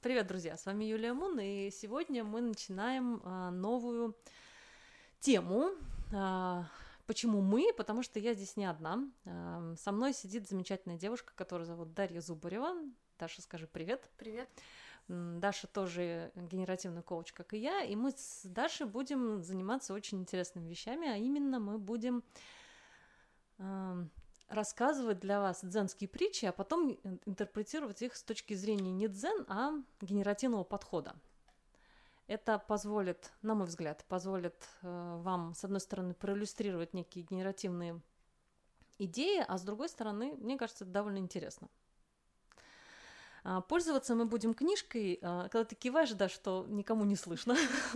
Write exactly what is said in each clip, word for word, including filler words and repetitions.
Привет, друзья! С вами Юлия Мун, и сегодня мы начинаем а, новую тему. А, почему мы? Потому что я здесь не одна. А, со мной сидит замечательная девушка, которую зовут Дарья Зубарева. Даша, скажи привет. Привет. Даша тоже генеративный коуч, как и я, и мы с Дашей будем заниматься очень интересными вещами, а именно мы будем а, рассказывать для вас дзенские притчи, а потом интерпретировать их с точки зрения не дзен, а генеративного подхода. Это позволит, на мой взгляд, позволит э, вам, с одной стороны, проиллюстрировать некие генеративные идеи, а с другой стороны, мне кажется, это довольно интересно. А, пользоваться мы будем книжкой, а, когда ты киваешь, да, что никому не слышно.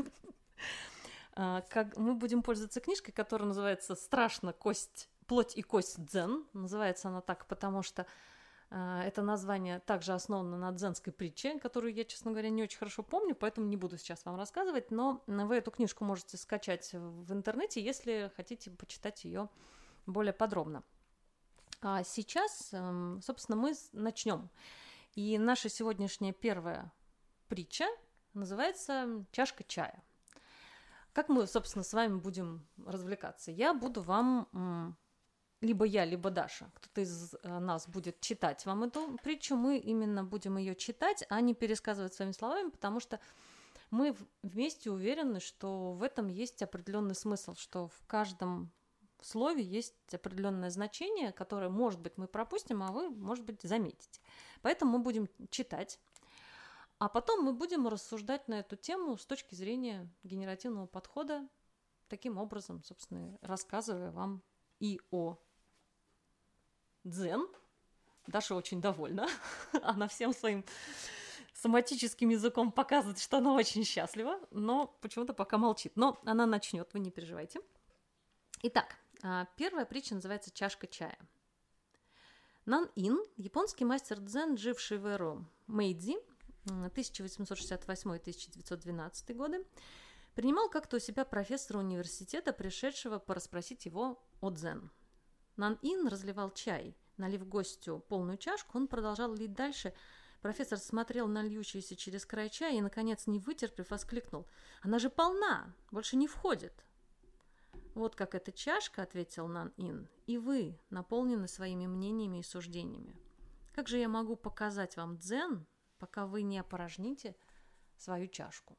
Как мы будем пользоваться книжкой, которая называется «Страшно, кость, плоть и кость дзен». Называется она так, потому что э, это название также основано на дзенской притче, которую я, честно говоря, не очень хорошо помню, поэтому не буду сейчас вам рассказывать, но вы эту книжку можете скачать в интернете, если хотите почитать ее более подробно. А сейчас, э, собственно, мы начнем. И наша сегодняшняя первая притча называется «Чашка чая». Как мы, собственно, с вами будем развлекаться? Я буду вам, либо я, либо Даша, кто-то из нас будет читать вам эту притчу, мы именно будем ее читать, а не пересказывать своими словами, потому что мы вместе уверены, что в этом есть определенный смысл, что в каждом слове есть определенное значение, которое, может быть, мы пропустим, а вы, может быть, заметите. Поэтому мы будем читать. А потом мы будем рассуждать на эту тему с точки зрения генеративного подхода, таким образом, собственно, рассказывая вам и о дзен. Даша очень довольна. Она всем своим соматическим языком показывает, что она очень счастлива, но почему-то пока молчит. Но она начнет, вы не переживайте. Итак, первая притча называется «Чашка чая». Нан Ин, японский мастер дзен, живший в эру Мэйдзи, тысяча восемьсот шестьдесят восьмой - тысяча девятьсот двенадцатый годы, принимал как-то у себя профессора университета, пришедшего порасспросить его о дзен. Нан Ин разливал чай. Налив гостю полную чашку, он продолжал лить дальше. Профессор смотрел на льющийся через край чая и, наконец, не вытерпев, воскликнул: «Она же полна, больше не входит». «Вот как эта чашка, — ответил Нан Ин, — и вы наполнены своими мнениями и суждениями. Как же я могу показать вам дзен, пока вы не опорожните свою чашку?»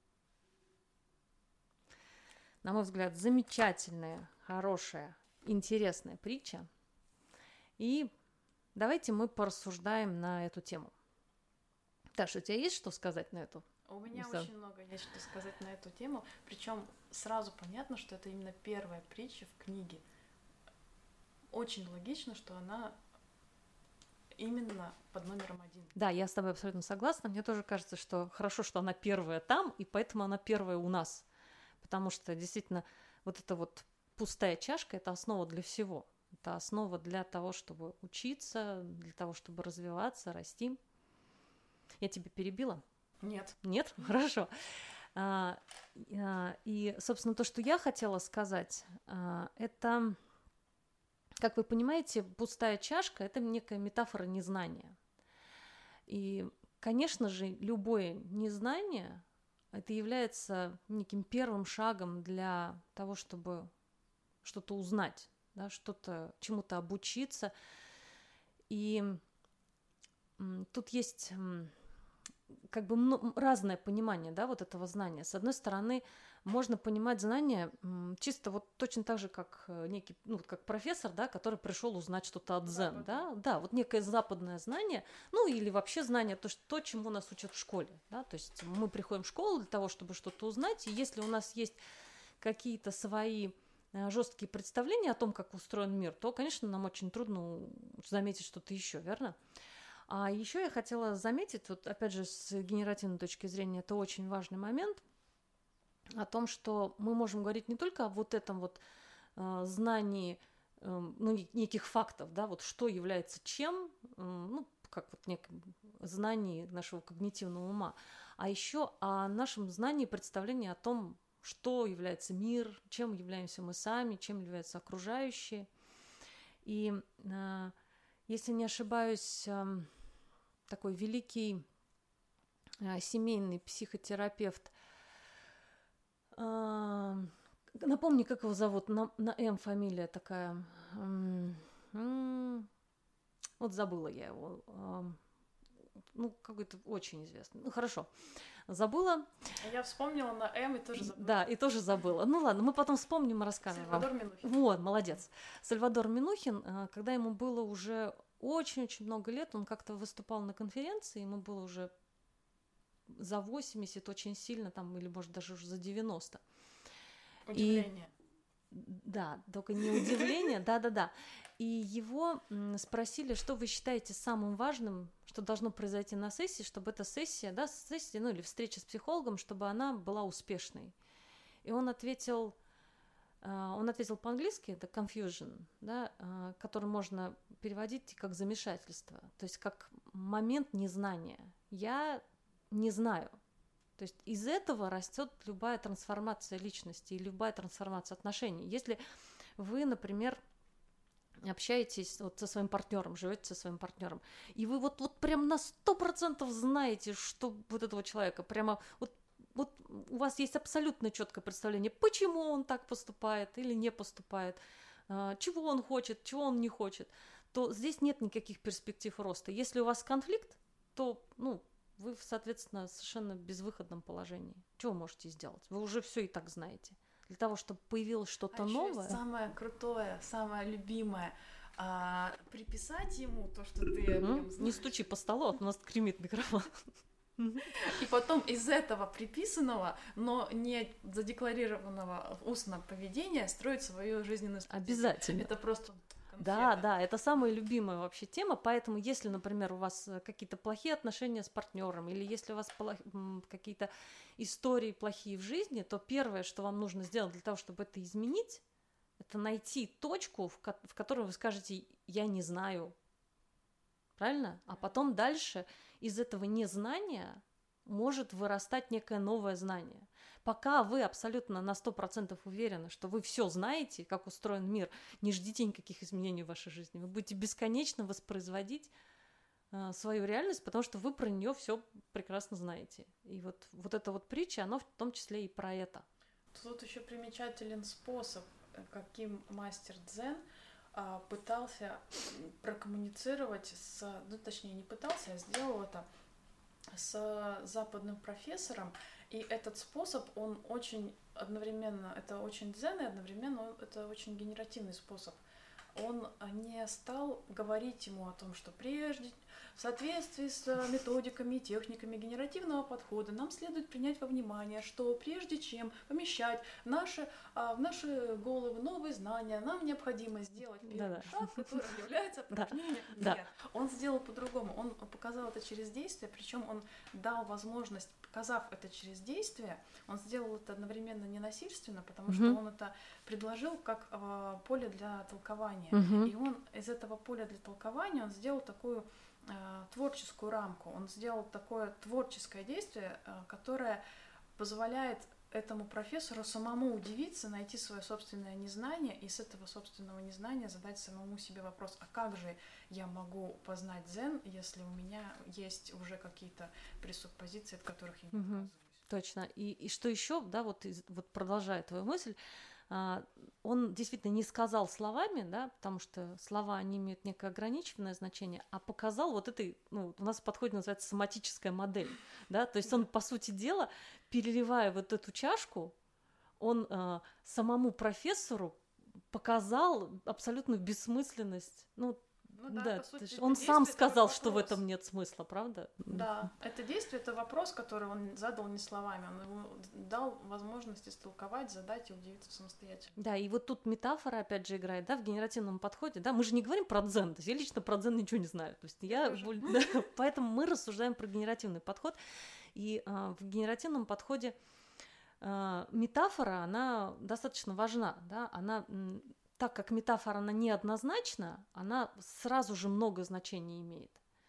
На мой взгляд, замечательная, хорошая, интересная притча. И давайте мы порассуждаем на эту тему. Таша, у тебя есть что сказать на эту? У меня Все. очень много есть что сказать на эту тему. Причем сразу понятно, что это именно первая притча в книге. Очень логично, что она именно под номером один. Да, я с тобой абсолютно согласна. Мне тоже кажется, что хорошо, что она первая там, и поэтому она первая у нас. Потому что действительно вот эта вот пустая чашка – это основа для всего. Это основа для того, чтобы учиться, для того, чтобы развиваться, расти. Я тебя перебила? Нет. Нет? Хорошо. А, а, и, собственно, то, что я хотела сказать, а, это, как вы понимаете, пустая чашка – это некая метафора незнания. И, конечно же, любое незнание – это является неким первым шагом для того, чтобы что-то узнать, да, что-то, чему-то обучиться. И м, тут есть м, как бы м, разное понимание, да, вот этого знания. С одной стороны, можно понимать знания м, чисто вот точно так же, как некий, ну, как профессор, да, который пришел узнать что-то от дзен, да, да, вот некое западное знание, ну, или вообще знание, то, что, то, чему нас учат в школе, да, то есть мы приходим в школу для того, чтобы что-то узнать, и если у нас есть какие-то свои жесткие представления о том, как устроен мир, то, конечно, нам очень трудно заметить что-то еще, верно? А еще я хотела заметить, вот опять же, с генеративной точки зрения, это очень важный момент, о том, что мы можем говорить не только о вот этом вот э, знании, э, ну, неких фактов, да, вот что является чем, э, ну, как вот неком знании нашего когнитивного ума, а еще о нашем знании, представлении о том, что является мир, чем являемся мы сами, чем являются окружающие. И, э, если не ошибаюсь, э, такой великий э, семейный психотерапевт. Э, напомни, как его зовут, на, на М фамилия такая. М, м, вот забыла я его. Э, ну, какой-то очень известный. Ну, хорошо. Забыла. Я вспомнила на М и тоже забыла. Да, и тоже забыла. Ну ладно, мы потом вспомним и расскажем Сальвадор вам. Минухин. Вот, молодец. Сальвадор Минухин, когда ему было уже очень-очень много лет, он как-то выступал на конференции, ему было уже за восемьдесят очень сильно, там, или может даже уже за девяносто. Удивление. И, да, только не удивление, да-да-да. И его спросили, что вы считаете самым важным, что должно произойти на сессии, чтобы эта сессия, да, сессия, ну или встреча с психологом, чтобы она была успешной. И он ответил, он ответил по-английски, это confusion, да, который можно переводить как замешательство, то есть как момент незнания. Я не знаю. То есть из этого растет любая трансформация личности и любая трансформация отношений. Если вы, например, общаетесь вот со своим партнером, живете со своим партнером, и вы вот, вот прям на сто процентов знаете, что вот этого человека прямо вот, вот у вас есть абсолютно четкое представление, почему он так поступает или не поступает, чего он хочет, чего он не хочет, то здесь нет никаких перспектив роста. Если у вас конфликт, то, ну, вы, соответственно, совершенно в безвыходном положении. Что вы можете сделать? Вы уже все и так знаете. Для того, чтобы появилось что-то а новое. Самое крутое, самое любимое. А, приписать ему то, что ты о нем знаешь. Не стучи по столу, а у нас гремит микрофон. И потом из этого приписанного, но не задекларированного устно поведения строить свою жизненную стратегию. Обязательно. Это просто конфета. Да, да, это самая любимая вообще тема, поэтому если, например, у вас какие-то плохие отношения с партнером или если у вас какие-то истории плохие в жизни, то первое, что вам нужно сделать для того, чтобы это изменить, это найти точку, в, ко- в которой вы скажете «я не знаю». Правильно? А потом дальше из этого незнания может вырастать некое новое знание. Пока вы абсолютно на сто процентов уверены, что вы все знаете, как устроен мир, не ждите никаких изменений в вашей жизни. Вы будете бесконечно воспроизводить э, свою реальность, потому что вы про нее все прекрасно знаете. И вот, вот эта вот притча, она в том числе и про это. Тут еще примечателен способ, каким мастер дзен а, пытался прокоммуницировать с, ну точнее не пытался, а сделал это с западным профессором, и этот способ, он очень одновременно, это очень дзен, и одновременно он, это очень генеративный способ. Он не стал говорить ему о том, что прежде, в соответствии с методиками и техниками генеративного подхода, нам следует принять во внимание, что прежде чем помещать в наши, в наши головы новые знания, нам необходимо сделать первый Да-да. шаг, который является упражнением. Да. Нет, он сделал по-другому. Он показал это через действие, причем он дал возможность, показав это через действие, он сделал это одновременно ненасильственно, потому что Мгм. он это предложил как э, поле для толкования. Мгм. И он из этого поля для толкования он сделал такую э, творческую рамку, он сделал такое творческое действие, э, которое позволяет этому профессору самому удивиться, найти свое собственное незнание и с этого собственного незнания задать самому себе вопрос, а как же я могу познать дзен, если у меня есть уже какие-то пресуппозиции, от которых я не Мгм. отказываюсь. Точно. И, и что еще, да, вот, из- вот продолжая твою мысль, а, он действительно не сказал словами, да, потому что слова, они имеют некое ограниченное значение, а показал вот этой, ну, у нас в подходе называется соматическая модель, да, то есть он, по сути дела, переливая вот эту чашку, он а, самому профессору показал абсолютную бессмысленность, ну, Ну да, да, по сути, то есть это он сам действие, это сказал, что в вопрос. этом нет смысла, правда? Да, это действие, это вопрос, который он задал не словами, он ему дал возможность истолковать, задать и удивиться самостоятельно. Да, и вот тут метафора опять же играет, да, в генеративном подходе, да, мы же не говорим про дзен, то есть я лично про дзен ничего не знаю, то есть я, тоже. боль- да, поэтому мы рассуждаем про генеративный подход, и а, в генеративном подходе а, метафора, она достаточно важна, да, она, м, так как метафора, она неоднозначна, она сразу же много значений имеет.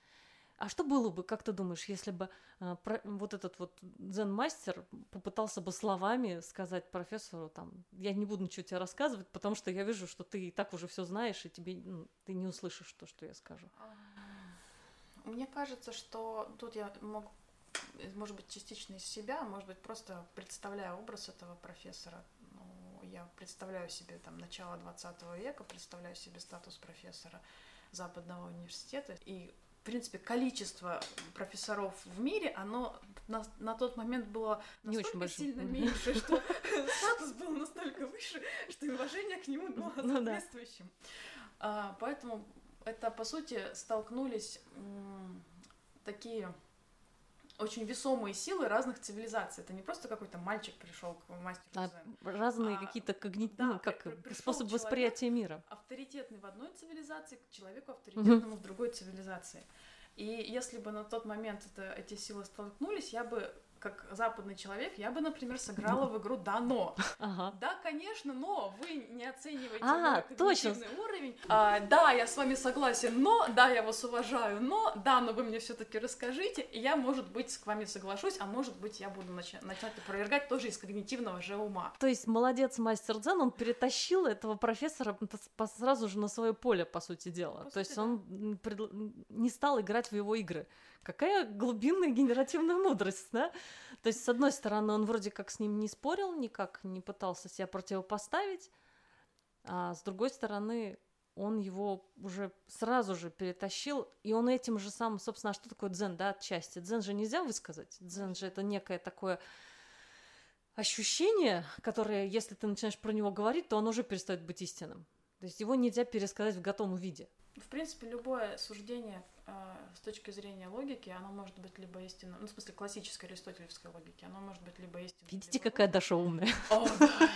А что было бы, как ты думаешь, если бы а, про- вот этот вот дзен-мастер попытался бы словами сказать профессору, там, я не буду ничего тебе рассказывать, потому что я вижу, что ты и так уже все знаешь, и тебе, ну, ты не услышишь то, что я скажу. Мне кажется, что тут я могу может быть, частично из себя, может быть, просто представляя образ этого профессора. Ну, я представляю себе там начало двадцатого века, представляю себе статус профессора Западного университета, и в принципе, количество профессоров в мире, оно на, на тот момент было настолько не сильно меньше, что статус был настолько выше, что и уважение к нему было соответствующим. А, поэтому это, по сути, столкнулись м, такие очень весомые силы разных цивилизаций. Это не просто какой-то мальчик пришел к мастеру а дзен. Разные а, какие-то когнитивные, да, как при, способ восприятия мира. Авторитетный в одной цивилизации к человеку авторитетному угу. в другой цивилизации. И если бы на тот момент это, эти силы столкнулись, я бы, как западный человек, я бы, например, сыграла в игру «да, но». Ага. Да, конечно, но вы не оцениваете а, мой когнитивный уровень. А, да, я с вами согласен, но, да, я вас уважаю, но, да, но вы мне все-таки расскажите, и я, может быть, с вами соглашусь, а может быть, я буду начать, начать опровергать тоже из когнитивного же ума. То есть молодец мастер дзен, он перетащил этого профессора сразу же на свое поле, по сути дела. По То сути, есть он да. пред... не стал играть в его игры. Какая глубинная генеративная мудрость, да? То есть, с одной стороны, он вроде как с ним не спорил, никак не пытался себя противопоставить, а с другой стороны, он его уже сразу же перетащил, и он этим же самым, собственно, а что такое дзен, да, отчасти? Дзен же нельзя высказать, дзен же это некое такое ощущение, которое, если ты начинаешь про него говорить, то оно уже перестает быть истинным. То есть его нельзя пересказать в готовом виде. В принципе, любое суждение э, с точки зрения логики, оно может быть либо истинным, ну, в смысле, классической аристотелевской логики, оно может быть либо истинным. Видите, либо какая Даша умная. О, да.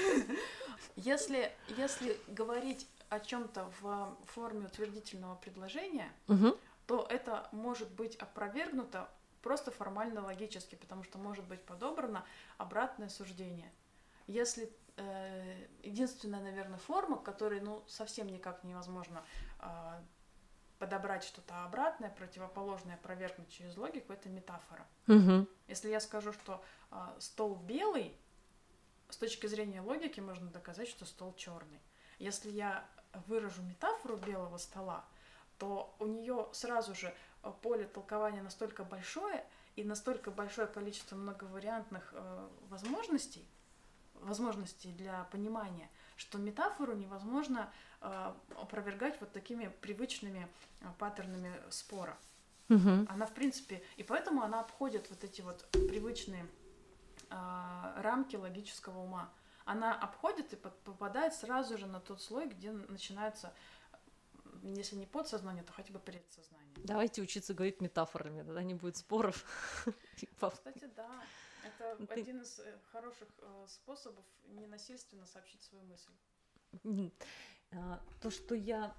Если, если говорить о чем-то в форме утвердительного предложения, угу. то это может быть опровергнуто просто формально-логически, потому что может быть подобрано обратное суждение. Если э, единственная, наверное, форма, которой ну, совсем никак невозможно э, подобрать что-то обратное, противоположное, опровергнуть через логику, это метафора. Угу. Если я скажу, что э, стол белый, с точки зрения логики можно доказать, что стол черный. Если я выражу метафору белого стола, то у нее сразу же поле толкования настолько большое и настолько большое количество многовариантных э, возможностей, возможностей для понимания, что метафору невозможно э, опровергать вот такими привычными э, паттернами спора. Угу. Она, в принципе, и поэтому она обходит вот эти вот привычные э, рамки логического ума. Она обходит и попадает сразу же на тот слой, где начинается, если не подсознание, то хотя бы предсознание. Давайте учиться говорить метафорами, тогда не будет споров. Кстати, да. Это Ты... один из хороших способов ненасильственно сообщить свою мысль. То, что я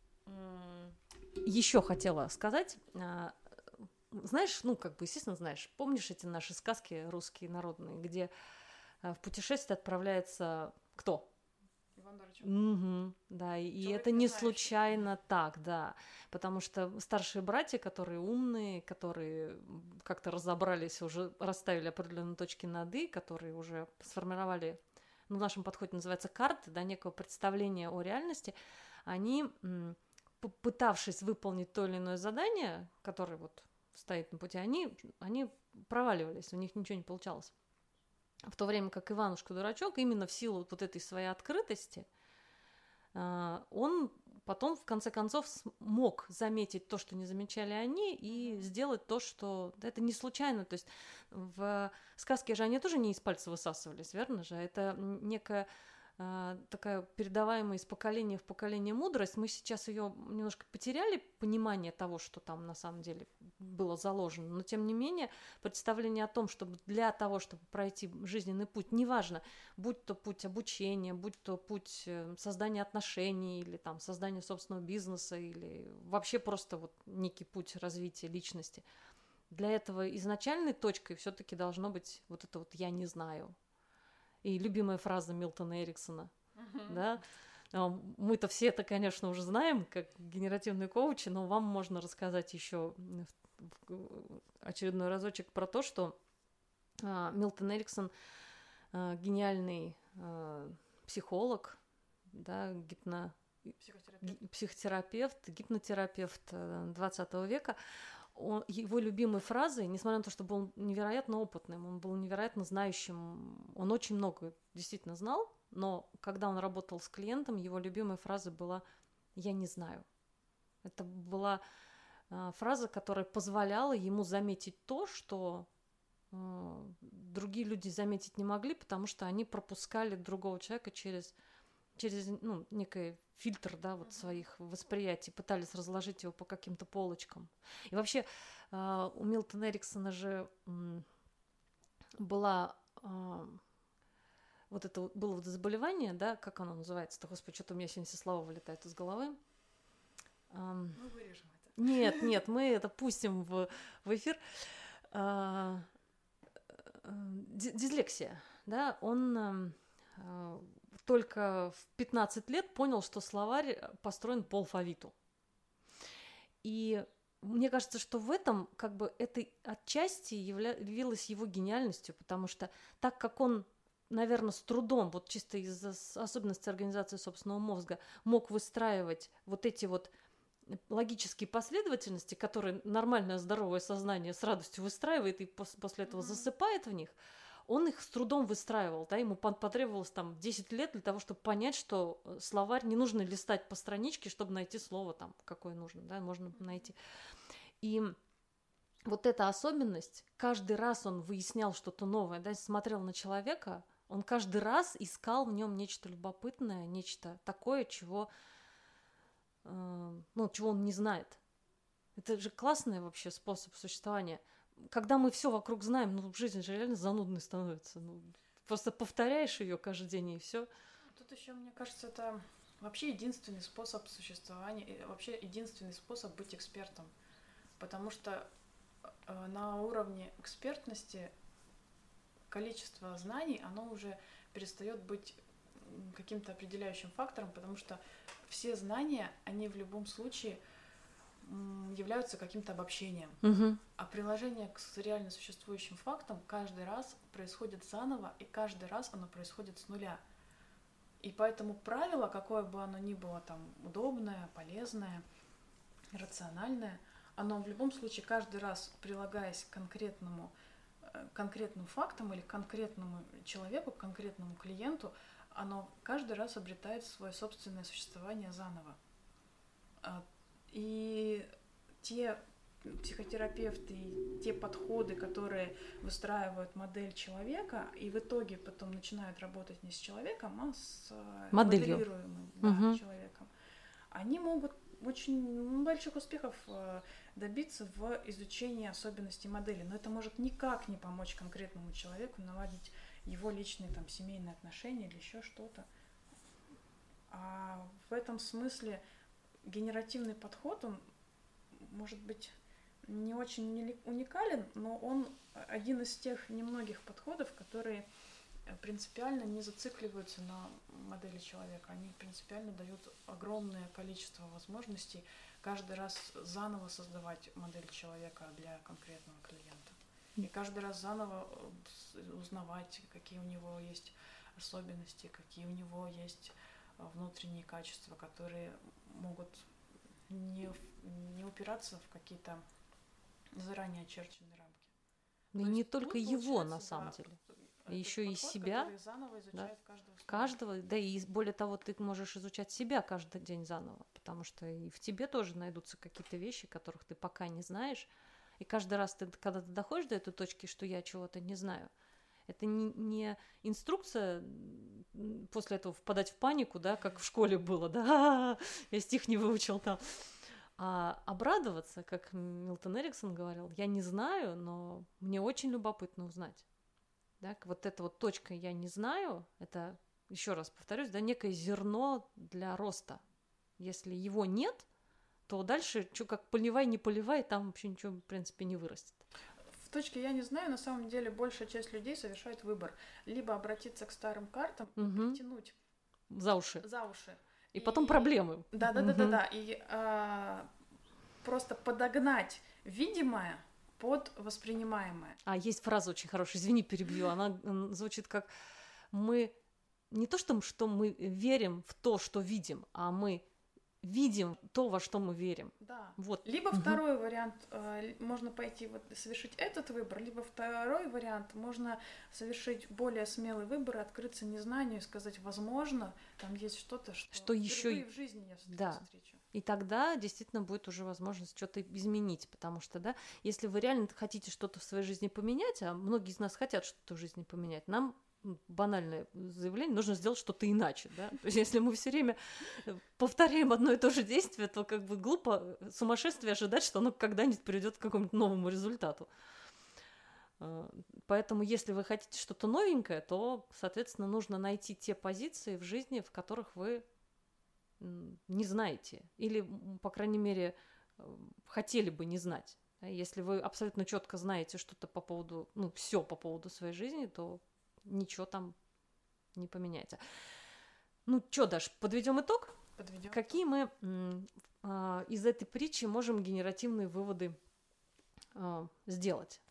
еще хотела сказать, знаешь, ну, как бы, естественно, знаешь, помнишь эти наши сказки русские народные, где в путешествие отправляется кто? Иван Дурачок. Угу, да, и, и это не знаешь. Случайно так, да, потому что старшие братья, которые умные, которые как-то разобрались, уже расставили определенные точки над «и», которые уже сформировали, ну, в нашем подходе называется карты, да, некого представления о реальности, они, попытавшись выполнить то или иное задание, которое вот стоит на пути, они, они проваливались, у них ничего не получалось. В то время как Иванушка-дурачок, именно в силу вот этой своей открытости, он потом, в конце концов, смог заметить то, что не замечали они, и сделать то, что... Это не случайно. То есть в сказке же они тоже не из пальца высасывались, верно же? Это некая такая передаваемая из поколения в поколение мудрость. Мы сейчас ее немножко потеряли, понимание того, что там на самом деле было заложено, но тем не менее представление о том, чтобы для того, чтобы пройти жизненный путь, неважно, будь то путь обучения, будь то путь создания отношений или там создания собственного бизнеса или вообще просто вот некий путь развития личности, для этого изначальной точкой все-таки должно быть вот это вот «я не знаю». И любимая фраза Милтона Эриксона, uh-huh. да, мы-то все это, конечно, уже знаем, как генеративные коучи, но вам можно рассказать еще очередной разочек про то, что а, Милтон Эриксон а, гениальный а, психолог, да, гипно... психотерапевт. психотерапевт, гипнотерапевт двадцатого века, он, его любимой фразой, несмотря на то, что был невероятно опытным, он был невероятно знающим, он очень много действительно знал, но когда он работал с клиентом, его любимой фразой была «я не знаю». Это была э, фраза, которая позволяла ему заметить то, что э, другие люди заметить не могли, потому что они пропускали другого человека через, через ну, некий фильтр, да, вот своих восприятий, пытались разложить его по каким-то полочкам. И вообще э, у Милтона Эриксона же м, была... Э, вот это вот, было вот заболевание, да, как оно называется-то, господи, что-то у меня сегодня все слова вылетают из головы. Мы вырежем это. Нет, нет, мы это пустим в, в эфир. А, дислексия, да, он а, только в пятнадцать лет понял, что словарь построен по алфавиту. И мне кажется, что в этом, как бы, этой отчасти явля... явилась его гениальностью, потому что так как он, наверное, с трудом, вот чисто из-за особенностей организации собственного мозга, мог выстраивать вот эти вот логические последовательности, которые нормальное здоровое сознание с радостью выстраивает и пос- после этого mm-hmm. засыпает в них, он их с трудом выстраивал, да, ему потребовалось там десять лет для того, чтобы понять, что словарь не нужно листать по страничке, чтобы найти слово там, какое нужно, да, можно найти. И вот эта особенность, каждый раз он выяснял что-то новое, да, смотрел на человека, он каждый раз искал в нем нечто любопытное, нечто такое, чего, э, ну, чего он не знает. Это же классный вообще способ существования. Когда мы все вокруг знаем, ну, жизнь же реально занудной становится. Ну, просто повторяешь ее каждый день, и все. Тут еще, мне кажется, это вообще единственный способ существования, вообще единственный способ быть экспертом. Потому что э, на уровне экспертности количество знаний, оно уже перестает быть каким-то определяющим фактором, потому что все знания, они в любом случае являются каким-то обобщением. Угу. А приложение к реально существующим фактам каждый раз происходит заново, и каждый раз оно происходит с нуля. И поэтому правило, какое бы оно ни было там удобное, полезное, рациональное, оно в любом случае каждый раз, прилагаясь к конкретному конкретным фактам или конкретному человеку, конкретному клиенту, оно каждый раз обретает свое собственное существование заново. И те психотерапевты, те подходы, которые выстраивают модель человека, и в итоге потом начинают работать не с человеком, а с моделью. моделируемым да, угу. человеком, они могут очень больших успехов добиться в изучении особенностей модели, но это может никак не помочь конкретному человеку наладить его личные там, семейные отношения или еще что-то. А в этом смысле генеративный подход, он может быть не очень уникален, но он один из тех немногих подходов, которые принципиально не зацикливаются на модели человека. Они принципиально дают огромное количество возможностей каждый раз заново создавать модель человека для конкретного клиента. И каждый раз заново узнавать, какие у него есть особенности, какие у него есть внутренние качества, которые могут не, не упираться в какие-то заранее очерченные рамки. Ну и не только его, на самом деле. Еще и себя, да, каждого, каждого, да и более того, ты можешь изучать себя каждый день заново, потому что и в тебе тоже найдутся какие-то вещи, которых ты пока не знаешь, и каждый раз, ты, когда ты доходишь до этой точки, что я чего-то не знаю, это не, не инструкция после этого впадать в панику, да, как в школе было, да, я стих не выучил там, а обрадоваться, как Милтон Эриксон говорил, я не знаю, но мне очень любопытно узнать. Да, вот эта вот точка «я не знаю», это, еще раз повторюсь, да, некое зерно для роста. Если его нет, то дальше, что как поливай, не поливай, там вообще ничего, в принципе, не вырастет. В точке «я не знаю» на самом деле большая часть людей совершает выбор. Либо обратиться к старым картам угу. и притянуть за уши. За уши. И, и потом проблемы. Да-да-да-да-да. Угу. И а, просто подогнать видимое под воспринимаемое. А есть фраза очень хорошая, извини, перебью, она звучит как мы не то, что, что мы верим в то, что видим, а мы видим то, во что мы верим. Да. Вот. Либо Угу. второй вариант, э, можно пойти вот совершить этот выбор, либо второй вариант, можно совершить более смелый выбор, открыться незнанию и сказать, возможно, там есть что-то, что, Что еще впервые в жизни я встр- да. встречу. И тогда действительно будет уже возможность что-то изменить, потому что, да, если вы реально хотите что-то в своей жизни поменять, а многие из нас хотят что-то в жизни поменять, нам банальное заявление, нужно сделать что-то иначе, да. То есть если мы все время повторяем одно и то же действие, то как бы глупо, сумасшествие ожидать, что оно когда-нибудь приведет к какому-то новому результату. Поэтому если вы хотите что-то новенькое, то, соответственно, нужно найти те позиции в жизни, в которых вы не знаете, или, по крайней мере, хотели бы не знать. Если вы абсолютно четко знаете что-то по поводу, ну, все по поводу своей жизни, то ничего там не поменяется. Ну, что, Даш, подведем итог? Подведем. Какие мы м, а, из этой притчи можем генеративные выводы а, сделать?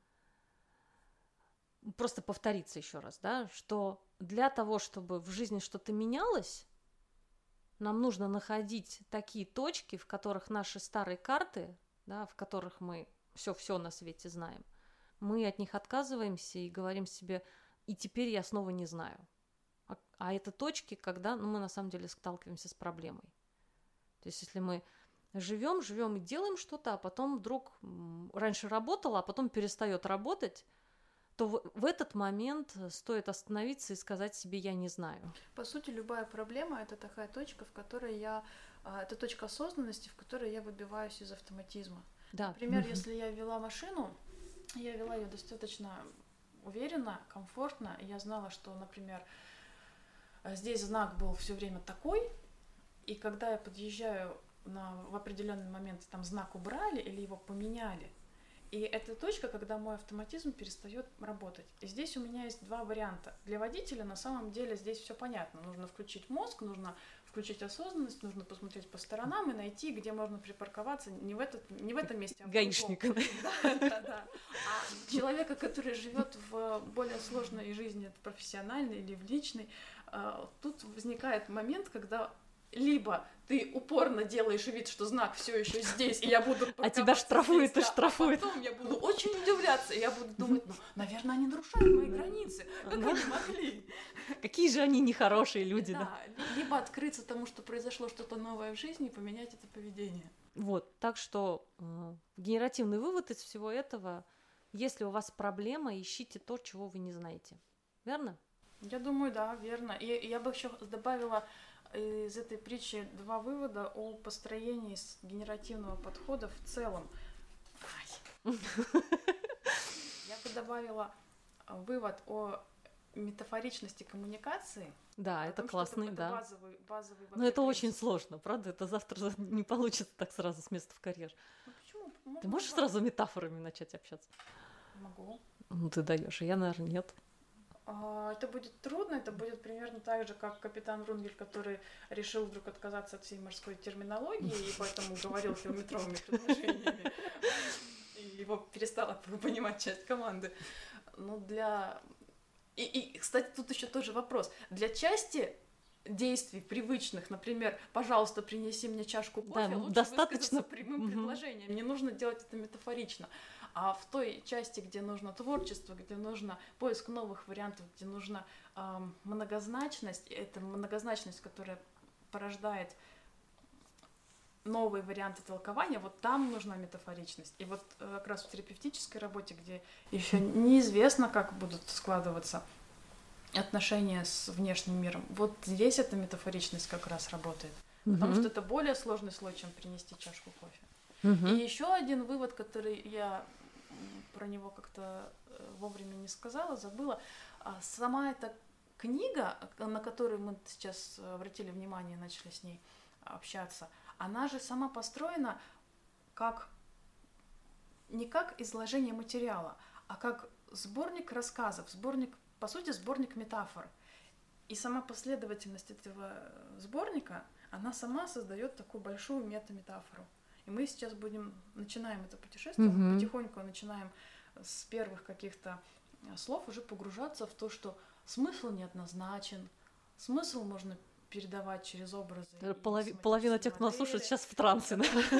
Просто повториться еще раз, да, что для того, чтобы в жизни что-то менялось, нам нужно находить такие точки, в которых наши старые карты, да, в которых мы все-все на свете знаем, мы от них отказываемся и говорим себе, и теперь я снова не знаю. А, а это точки, когда ну, мы на самом деле сталкиваемся с проблемой. То есть если мы живем, живем и делаем что-то, а потом вдруг м, раньше работало, а потом перестает работать, то в, в этот момент стоит остановиться и сказать себе «я не знаю». По сути, любая проблема — это такая точка, в которой я... Это точка осознанности, в которой я выбиваюсь из автоматизма. Да. Например, Мгм. если я вела машину, я вела ее достаточно уверенно, комфортно, и я знала, что, например, здесь знак был все время такой, и когда я подъезжаю на, в определенный момент, там знак убрали или его поменяли, и это точка, когда мой автоматизм перестает работать. И здесь у меня есть два варианта. Для водителя на самом деле здесь все понятно. Нужно включить мозг, нужно включить осознанность, нужно посмотреть по сторонам и найти, где можно припарковаться не в, этот, не в этом месте, а в Гаишника. другом. Да, да, да. А человека, который живет в более сложной жизни, профессиональной или в личной, тут возникает момент, когда либо ты упорно делаешь вид, что знак все еще здесь, и я буду А тебя штрафуют здесь, и да, штрафуют. А потом я буду очень удивляться, и я буду думать, ну, наверное, они нарушают мои границы. Как Ну, они могли? Какие же они нехорошие люди, да. Да, либо открыться тому, что произошло что-то новое в жизни, и поменять это поведение. Вот, так что э, генеративный вывод из всего этого, если у вас проблема, ищите то, чего вы не знаете. Верно? Я думаю, да, верно. И я бы еще добавила из этой притчи два вывода о построении генеративного подхода в целом. Ай. Я бы добавила вывод о метафоричности коммуникации. Да, это том, классный, это, да. Это базовый, базовый Но это принцип. очень сложно, правда? Это завтра не получится так сразу с места в карьер. Ну, почему? Ты Можно можешь было. сразу метафорами начать общаться? Могу. Ну, ты даешь, я, наверное, нет. Это будет трудно, это будет примерно так же, как капитан Врунгель, который решил вдруг отказаться от всей морской терминологии и поэтому говорил километровыми предложениями. И его перестала понимать часть команды. Ну, для... И, и, кстати, тут еще тоже вопрос. Для части действий привычных, например, пожалуйста, принеси мне чашку кофе, Да, лучше достаточно прямым угу. предложением. Не нужно делать это метафорично. А в той части, где нужно творчество, где нужно поиск новых вариантов, где нужна э, многозначность, это многозначность, которая порождает новые варианты толкования, вот там нужна метафоричность. И вот э, как раз в терапевтической работе, где еще неизвестно, как будут складываться отношения с внешним миром, вот здесь эта метафоричность как раз работает. Угу. Потому что это более сложный слой, чем принести чашку кофе. Угу. И еще один вывод, который я про него как-то вовремя не сказала, забыла. Сама эта книга, на которую мы сейчас обратили внимание, начали с ней общаться, она же сама построена как не как изложение материала, а как сборник рассказов, сборник, по сути, сборник метафор. И сама последовательность этого сборника, она сама создает такую большую метаметафору. И мы сейчас будем, начинаем это путешествие, mm-hmm. мы потихоньку начинаем с первых каких-то слов уже погружаться в то, что смысл неоднозначен, смысл можно передавать через образы. Полови- половина тех, кто нас слушает, сейчас в трансе.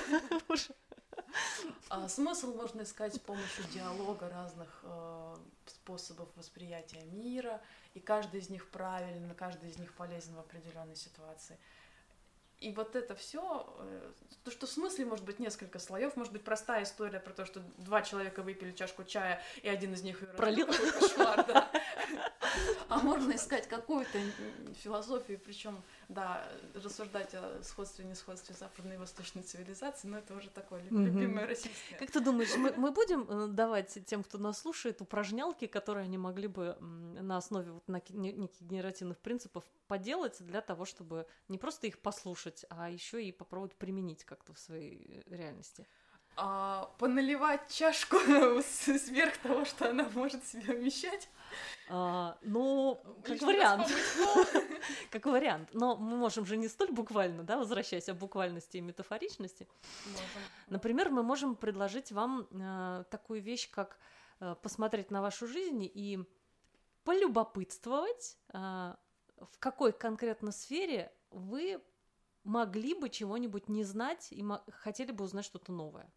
А смысл можно искать с помощью диалога разных э, способов восприятия мира, и каждый из них правильный, каждый из них полезен в определенной ситуации. И вот это все, то, что в смысле может быть несколько слоев, может быть простая история про то, что два человека выпили чашку чая, и один из них пролил кошмар, да. А можно искать какую-то философию, причем, да, рассуждать о сходстве и несходстве западной и восточной цивилизации, но это уже такое любимое российское. Как ты думаешь, мы, мы будем давать тем, кто нас слушает, упражнялки, которые они могли бы на основе вот неких генеративных принципов поделать для того, чтобы не просто их послушать, а еще и попробовать применить как-то в своей реальности? А, поналивать чашку сверх того, что она может в себя вмещать? А, ну, как вариант. Как вариант. Но мы можем же не столь буквально, да, возвращаясь о буквальности и метафоричности. Можем. Например, мы можем предложить вам э, такую вещь, как э, посмотреть на вашу жизнь и полюбопытствовать, э, в какой конкретно сфере вы могли бы чего-нибудь не знать и мо- хотели бы узнать что-то новое.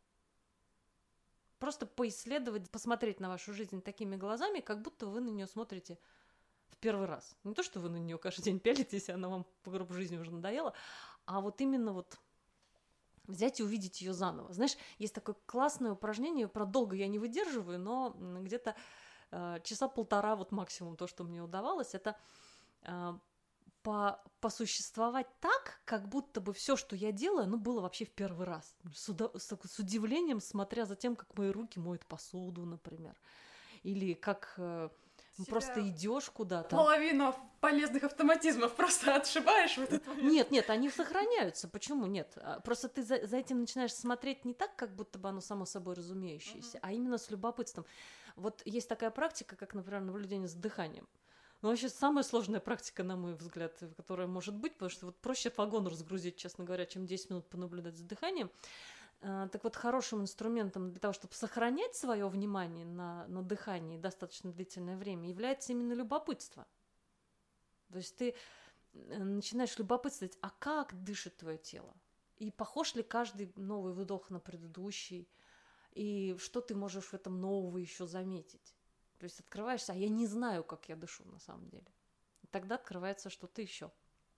Просто поисследовать, посмотреть на вашу жизнь такими глазами, как будто вы на нее смотрите в первый раз. Не то, что вы на нее каждый день пялитесь, и она вам по гроб жизни уже надоела, а вот именно вот взять и увидеть ее заново. Знаешь, есть такое классное упражнение, про долго я не выдерживаю, но где-то э, часа полтора, вот максимум то, что мне удавалось, это э, по, посуществовать так, как будто бы все, что я делаю, оно было вообще в первый раз. С, уда- с, с удивлением, смотря за тем, как мои руки моют посуду, например. Или как э, просто идешь куда-то. Половину полезных автоматизмов просто отшибаешь в этот момент. Нет, нет, они сохраняются. Почему нет? Просто ты за, за этим начинаешь смотреть не так, как будто бы оно само собой разумеющееся, mm-hmm. а именно с любопытством. Вот есть такая практика, как, например, наблюдение за дыханием. Ну, вообще, самая сложная практика, на мой взгляд, которая может быть, потому что вот проще вагон разгрузить, честно говоря, чем десять минут понаблюдать за дыханием. А, так вот, хорошим инструментом для того, чтобы сохранять свое внимание на, на дыхании достаточно длительное время, является именно любопытство. То есть ты начинаешь любопытствовать, а как дышит твое тело? И похож ли каждый новый вдох на предыдущий? И что ты можешь в этом нового еще заметить? То есть открываешься, а я не знаю, как я дышу на самом деле. И тогда открывается что-то еще.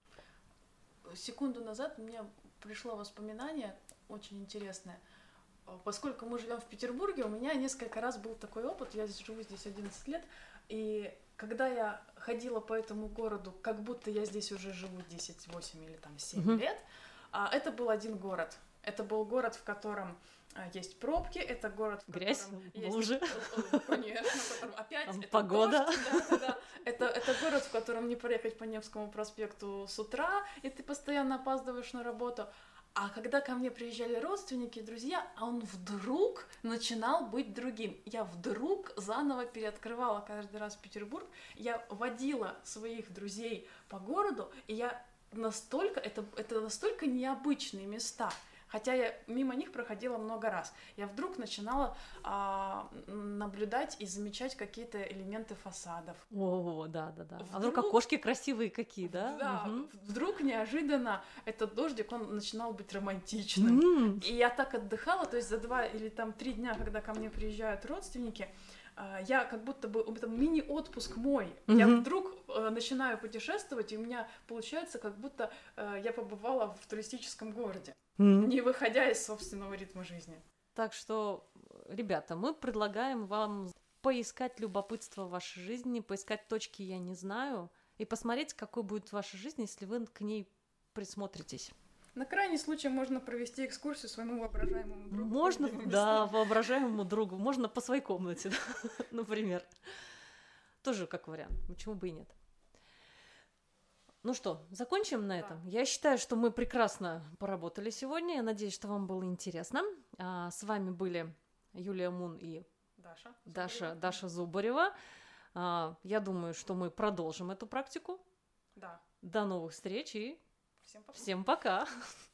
Секунду назад мне пришло воспоминание очень интересное. Поскольку мы живем в Петербурге, у меня несколько раз был такой опыт. Я живу здесь одиннадцать лет, и когда я ходила по этому городу, как будто я здесь уже живу десять, восемь или там семь угу. лет, это был один город. Это был город, в котором есть пробки, это город, в грязь, котором лужи. Есть... Конечно, в котором опять Там это погода. Дождь, да, да, да. Это, это город, в котором не проехать по Невскому проспекту с утра, и ты постоянно опаздываешь на работу. А когда ко мне приезжали родственники, друзья, а он вдруг начинал быть другим. Я вдруг заново переоткрывала каждый раз Петербург. Я водила своих друзей по городу, и я настолько, это, это настолько необычные места. Хотя я мимо них проходила много раз. Я вдруг начинала а, наблюдать и замечать какие-то элементы фасадов. О, да, да, да. Вдруг... А вдруг окошки красивые какие, да? Да, угу. Вдруг неожиданно этот дождик, он начинал быть романтичным. Mm. И я так отдыхала, то есть за два или там три дня, когда ко мне приезжают родственники, я как будто бы, это мини-отпуск мой. Mm-hmm. Я вдруг э, начинаю путешествовать, и у меня получается, как будто э, я побывала в туристическом городе, mm-hmm. не выходя из собственного ритма жизни. Так что, ребята, мы предлагаем вам поискать любопытство в вашей жизни, поискать точки «я не знаю» и посмотреть, какой будет ваша жизнь, если вы к ней присмотритесь. На крайний случай можно провести экскурсию своему воображаемому другу. Можно, да, воображаемому другу. Можно по своей комнате, например. Тоже как вариант. Почему бы и нет? Ну что, закончим на этом? Да. Я считаю, что мы прекрасно поработали сегодня. Я надеюсь, что вам было интересно. А, с вами были Юлия Мун и Даша, Даша, Даша Зубарева. А, я думаю, что мы продолжим эту практику. Да. До новых встреч и всем пока. Всем пока.